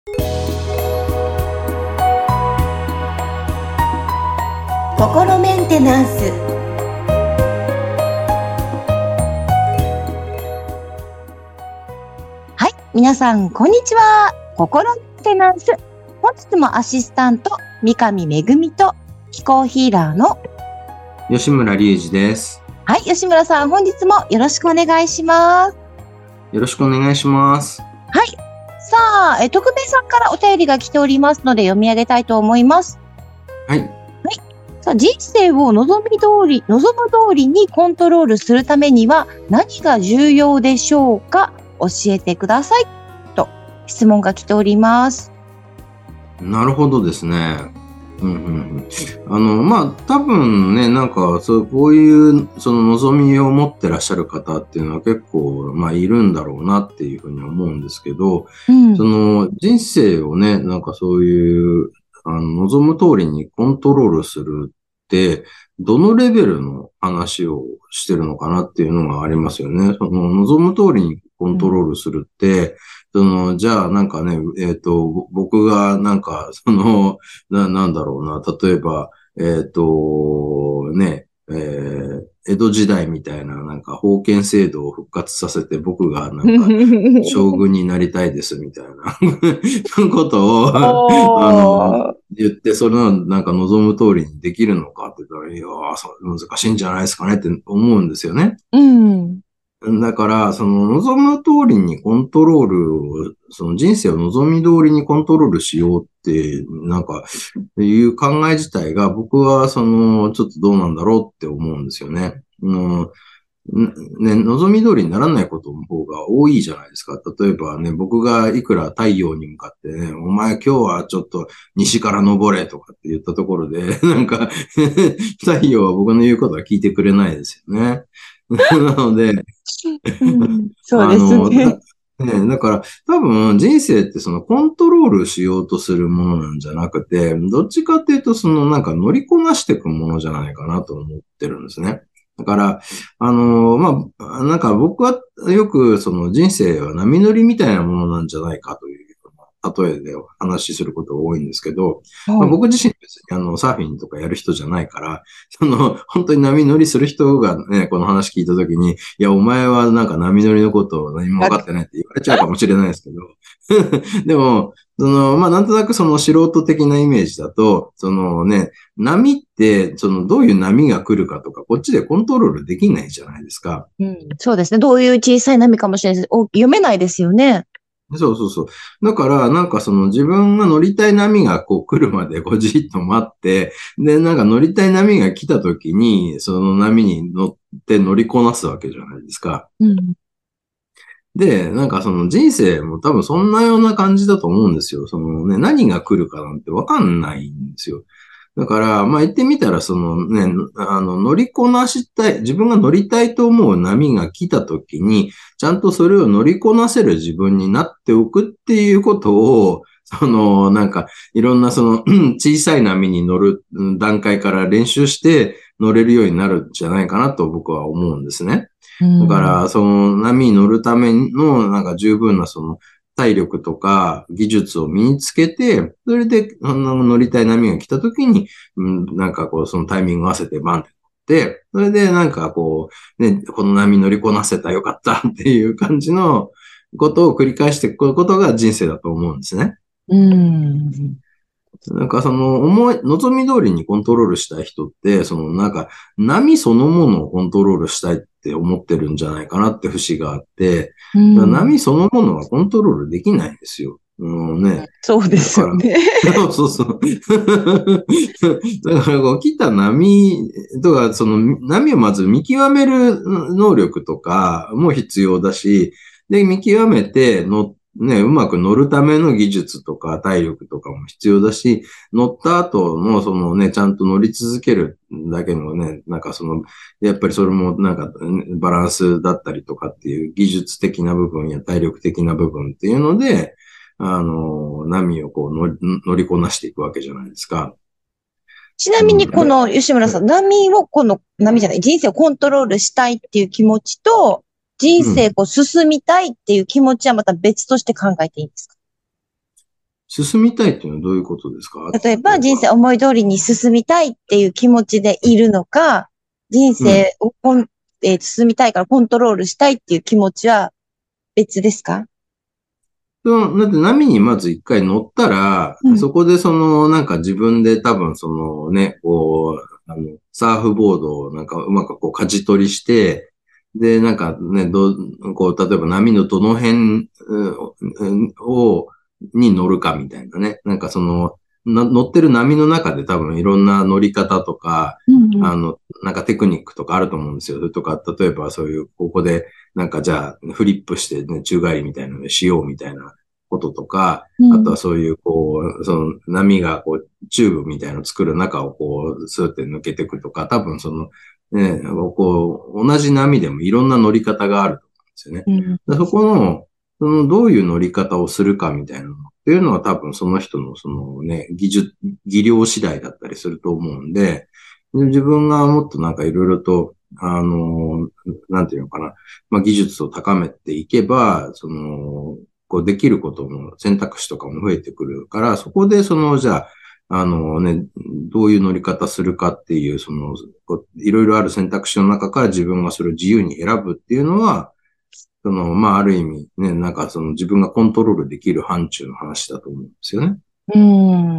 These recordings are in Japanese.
心メンテナンス。 はい、皆さんこんにちは。心メンテナンス。本日もアシスタント三上めぐみと気候ヒーラーの吉村隆二です。 はい、吉村さん本日もよろしくお願いします。 よろしくお願いします。 はい。さあ、匿名さんからお便りが来ておりますので読み上げたいと思います。 はい。 さあ、人生を望む通りにコントロールするためには何が重要でしょうか？教えてください。と質問が来ております。 なるほどですね。多分ね、こういう、望みを持ってらっしゃる方っていうのは結構、いるんだろうなっていうふうに思うんですけど、人生をね、そういう、望む通りにコントロールするって、どのレベルの話をしてるのかなっていうのがありますよね。望む通りにコントロールするって、じゃあ僕がなんだろうな、例えば、江戸時代みたいな、封建制度を復活させて僕が将軍になりたいですみたいなことを、言って、それを望む通りにできるのかって言ったら、いやー、難しいんじゃないですかねって思うんですよね。だから、望む通りにコントロールを、人生を望み通りにコントロールしようって、いう考え自体が僕は、ちょっとどうなんだろうって思うんですよね。望み通りにならないことの方が多いじゃないですか。例えばね、僕がいくら太陽に向かってね、お前今日はちょっと西から登れとかって言ったところで、太陽は僕の言うことは聞いてくれないですよね。なので、 そうですね。 だから多分人生ってコントロールしようとするものなんじゃなくて、どっちかっていうと乗りこなしていくものじゃないかなと思ってるんですね。だから、僕はよく人生は波乗りみたいなものなんじゃないかという例えで話しすることが多いんですけど、僕自身別にサーフィンとかやる人じゃないから、本当に波乗りする人がね、この話聞いたときに、いや、お前は波乗りのことを何も分かってないって言われちゃうかもしれないですけど、でも、なんとなく素人的なイメージだと、波って、どういう波が来るかとか、こっちでコントロールできないじゃないですか。 そうですね。どういう小さい波かもしれないです。読めないですよね。 そうそうそう。だから、自分が乗りたい波が来るまでじっと待って、で、乗りたい波が来た時に、その波に乗って乗りこなすわけじゃないですか。で、人生も多分そんなような感じだと思うんですよ。何が来るかなんてわかんないんですよ。だから、言ってみたら、乗りこなしたい、自分が乗りたいと思う波が来た時に、ちゃんとそれを乗りこなせる自分になっておくっていうことを、いろんな小さい波に乗る段階から練習して乗れるようになるんじゃないかなと僕は思うんですね。だから、波に乗るための、十分な体力とか技術を身につけて、それで乗りたい波が来た時に、そのタイミング合わせてバンって乗って、それでこの波乗りこなせたよかったっていう感じのことを繰り返していくことが人生だと思うんですね。望み通りにコントロールしたい人って、波そのものをコントロールしたいって思ってるんじゃないかなって節があって、波そのものはコントロールできないんですよ。 そうですよね。 そうそう。だから、来た波とか、波をまず見極める能力とかも必要だし、で、見極めてうまく乗るための技術とか体力とかも必要だし、乗った後のちゃんと乗り続けるだけのね、やっぱりそれもバランスだったりとかっていう技術的な部分や体力的な部分っていうので、波を乗りこなしていくわけじゃないですか。 ちなみに吉村さん、人生をコントロールしたいっていう気持ちと、人生進みたいっていう気持ちはまた別として考えていいんですか？ 進みたいっていうのはどういうことですか？ 例えば人生思い通りに進みたいっていう気持ちでいるのか、人うん。 生を進みたいからコントロールしたいっていう気持ちは別ですか？ だって波にまず一回乗ったら、 うん。 そこでなんか自分で多分サーフボードをなんかうまくこう舵取りして、で、なんかね、例えば波のどの辺に乗るかみたいなね。なんか乗ってる波の中で多分いろんな乗り方とか、 うんうん。 なんかテクニックとかあると思うんですよ。それとか、例えばそういう、ここで、なんかじゃあ、フリップしてね、宙返りみたいなのしようみたいなこととか、あとうん。 はそういう、その波がチューブみたいなのを作る中をスーって抜けていくとか、多分ね、同じ波でもいろんな乗り方があると思うんですよね。 うん。 でそこの、どういう乗り方をするかみたいなのっていうのは多分その人の技量次第だったりすると思うんで、自分がもっとなんかいろいろと、なんていうのかな、まあ、技術を高めていけば、できることも選択肢とかも増えてくるから、そこでじゃあ、どういう乗り方するかっていう、いろいろある選択肢の中から自分がそれを自由に選ぶっていうのは、まあ、ある意味ね、なんか自分がコントロールできる範疇の話だと思うんですよね。 うん、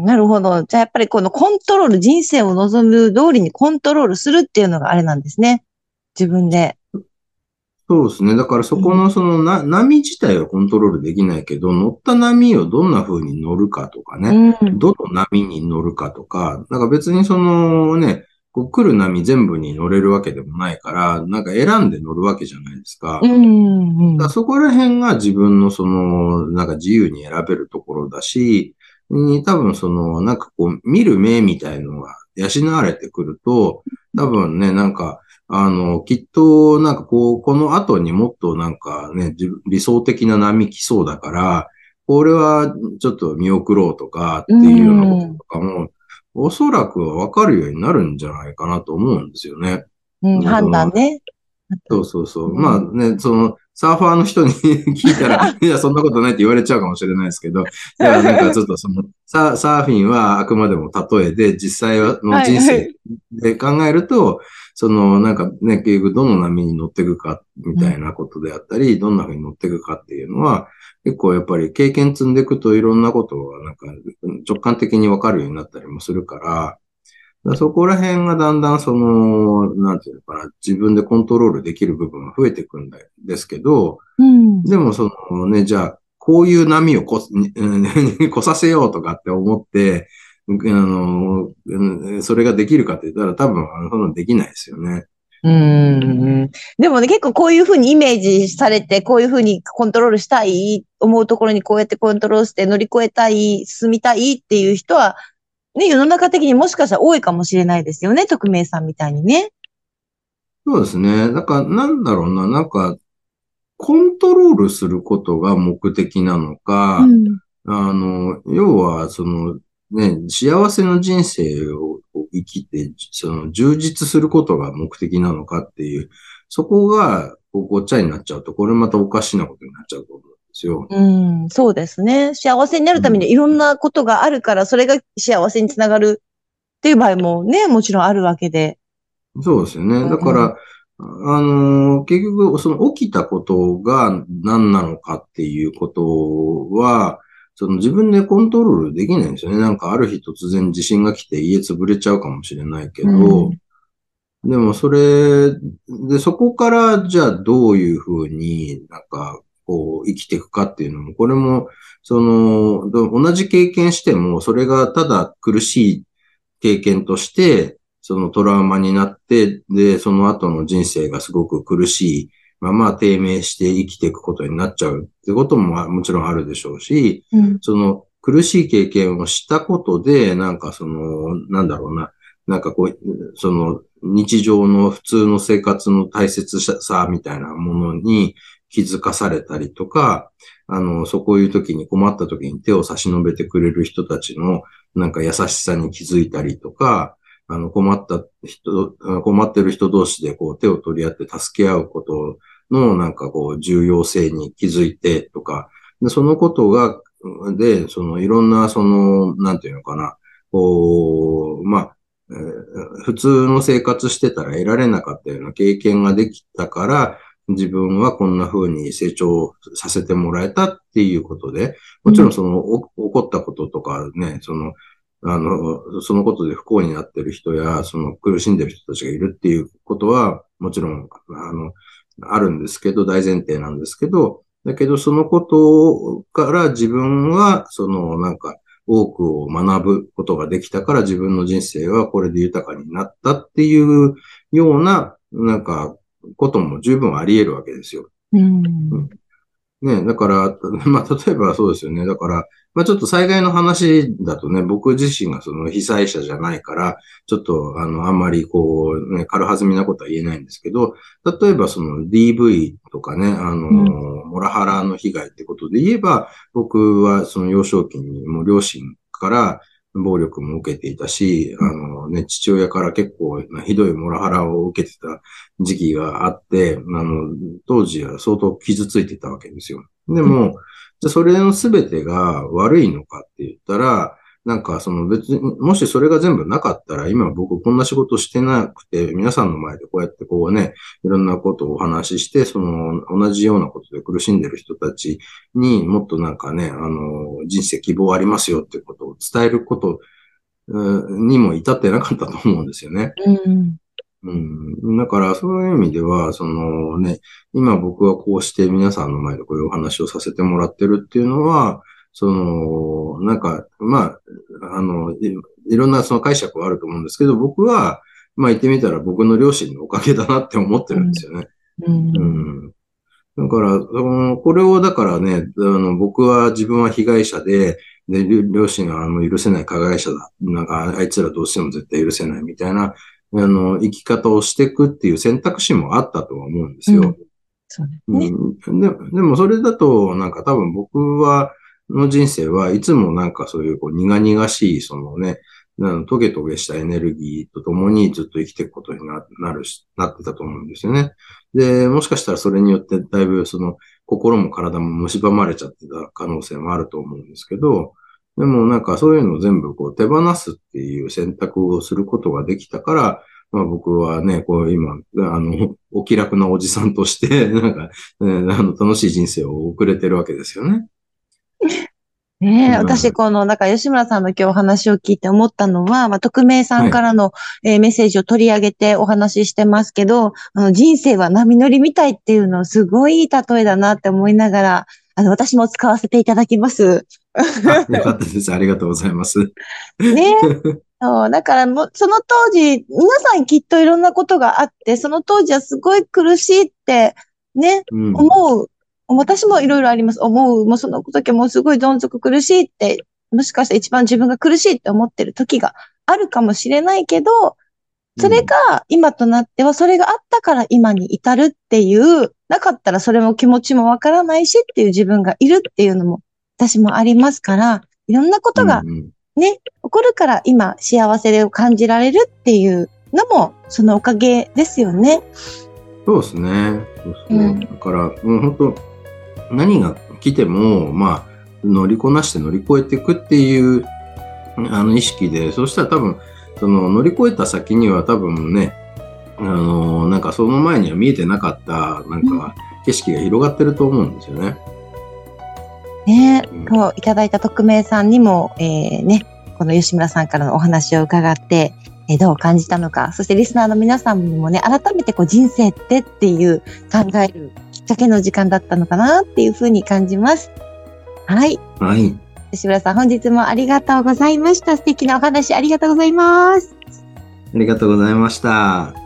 なるほど。じゃあやっぱりこのコントロール、人生を望む通りにコントロールするっていうのがあれなんですね。自分で。 そうですね。だからそこうん。 の波自体はコントロールできないけど、乗った波をどんな風に乗るかとかね、 うん。 どの波に乗るかとか、なんか別に来る波全部に乗れるわけでもないから、なんか選んで乗るわけじゃないですうか。 ん。うん。 だからそこら辺が自分のなんか自由に選べるところだし、多分なんか見る目みたいのが養われてくると、多分ね、なんか、きっと、なんかこの後にもっとなんかね、理想的な波来そうだから、これはちょっと見送ろうとかうっていうようなことん。 とかも、おそらくはわかるようになるんじゃないかなと思うんですよね。 うん。判断ね。判断。 そうそうそう。まあうん。 ね、サーファーの人に聞いたら、いや、そんなことないって言われちゃうかもしれないですけど、じゃあなんかちょっとサーフィンはあくまでも例えで、実際のはい、 人生はい。 で考えると、なんかね、結局どの波に乗っていくか、みたいなことであったり、どんな風に乗っていくかっていうのは、結構やっぱり経験積んでいくといろんなことがなんか直感的にわかるようになったりもするから、そこら辺がだんだんなんていうのかな、自分でコントロールできる部分が増えていくんですけど、 うん。 でもじゃあ、こういう波をこさせようとかって思って、それができるかって言ったら多分、そんなのできないですよね。 うん。でもね、結構こういうふうにイメージされて、こういうふうにコントロールしたい、思うところにこうやってコントロールして乗り越えたい、進みたいっていう人は、ね、世の中的にもしかしたら多いかもしれないですよね。匿名さんみたいにね。 そうですね。だから、なんだろうな、なんか、コントロールすることが目的なのか、 うん。 要は、幸せな人生を生きて、充実することが目的なのかっていう、そこが、ごっちゃになっちゃうと、これまたおかしなことになっちゃうと思うんですよ。 うん、そうですね。幸せになるためうん。 にいろんなことがあるから、それが幸せにつながるっていう場合もね、もちろんあるわけで。 そうですよね。だかうん。 ら、結局、起きたことが何なのかっていうことは、自分でコントロールできないんですよね。なんかある日突然地震が来て家潰れちゃうかもしれないけうど、 ん。 でもそこからじゃあどういうふうになんか生きていくかっていうのも、これも、同じ経験しても、それがただ苦しい経験として、そのトラウマになって、で、その後の人生がすごく苦しいまま低迷して生きていくことになっちゃうってことももちろんあるでしょうし、 うん。 その苦しい経験をしたことで、なんかなんだろうな、なんか日常の普通の生活の大切さみたいなものに気づかされたりとか、そういう時に困った時に手を差し伸べてくれる人たちのなんか優しさに気づいたりとか、困ってる人同士で手を取り合って助け合うことのなんか重要性に気づいてとか、でそのことがで、いろんな、なんていうのかな、まあ、普通の生活してたら得られなかったような経験ができたから、自分はこんな風に成長させてもらえたっていうことで、もちろん起こったこととかね、そのことで不幸になってる人や、苦しんでる人たちがいるっていうことは、もちろん、あるんですけど、大前提なんですけど、だけどそのことから自分は、なんか、多くを学ぶことができたから自分の人生はこれで豊かになったっていうような、なんか、ことも十分あり得るわけですよ。ね、だから、まあ、例えばそうですよね。だから、まあ、ちょっと災害の話だとね、僕自身がその被災者じゃないから、ちょっと、あんまりこう、ね、軽はずみなことは言えないんですけど、例えばその DV とかね、モラハラの被害ってことで言えば、僕はその幼少期にもう両親から暴力も受けていたし、父親から結構ひどいモラハラを受けてた時期があって、当時は相当傷ついてたわけですよ。でも、じゃあそれの全てが悪いのかって言ったら、なんか別に、もしそれが全部なかったら、今僕こんな仕事してなくて、皆さんの前でこうやってこうね、いろんなことをお話しして、同じようなことで苦しんでる人たちにもっとなんかね、人生希望ありますよっていうことを伝えることにも至ってなかったと思うんですよね。だから、そういう意味では、今僕はこうして皆さんの前でこういうお話をさせてもらってるっていうのは、なんか、まあ、いろんなその解釈はあると思うんですけど、僕は、まあ言ってみたら僕の両親のおかげだなって思ってるんですよね。だから、これをだからね、僕は自分は被害者で、両親が許せない加害者だ。なんか、あいつらどうしても絶対許せないみたいな、生き方をしていくっていう選択肢もあったとは思うんですよ。 そうですね。 でもそれだと、なんか多分僕の人生はいつもなんかそういう苦々しい、トゲトゲしたエネルギーとともにずっと生きていくことになってたと思うんですよね。で、もしかしたらそれによってだいぶ心も体も蝕まれちゃってた可能性もあると思うんですけど、でもなんかそういうのを全部手放すっていう選択をすることができたから、まあ僕はね、今、お気楽なおじさんとして、なんか、楽しい人生を送れてるわけですよね。 ねえ、私、なんか吉村さんの今日お話を聞いて思ったのは、まあ、匿名さんからの、メッセージを取り上げてお話ししてますけど、人生は波乗りみたいっていうのすごいいい例えだなって思いながら、私も使わせていただきます。 よかったです。ありがとうございます。 ねえ。そう、だからもう、その当時、皆さんきっといろんなことがあって、その当時はすごい苦しいって、ね、思う。私もいろいろあります。思う。もうその時もすごいどん底苦しいって、もしかしたら一番自分が苦しいって思ってる時があるかもしれないけど、それが今となっては、それがあったから今に至るっていう、なかったらそれも気持ちもわからないしっていう自分がいるっていうのも私もありますから、いろんなことがね、起こるから今幸せを感じられるっていうのもそのおかげですよね。 そうですね。だから、もう本当何が来ても、まあ、乗りこなして乗り越えていくっていう、意識で、そうしたら多分、乗り越えた先には多分ね、なんかその前には見えてなかった、なんか、景色が広がってると思うんですよね。 ね、今日いただいた匿名さんにも、ね、この吉村さんからのお話を伺って、どう感じたのか、そしてリスナーの皆さんにもね、改めて人生っていう考えるきっかけの時間だったのかなっていうふうに感じます。はい。 はい。 吉村さん、本日もありがとうございました。素敵なお話ありがとうございます。 ありがとうございました。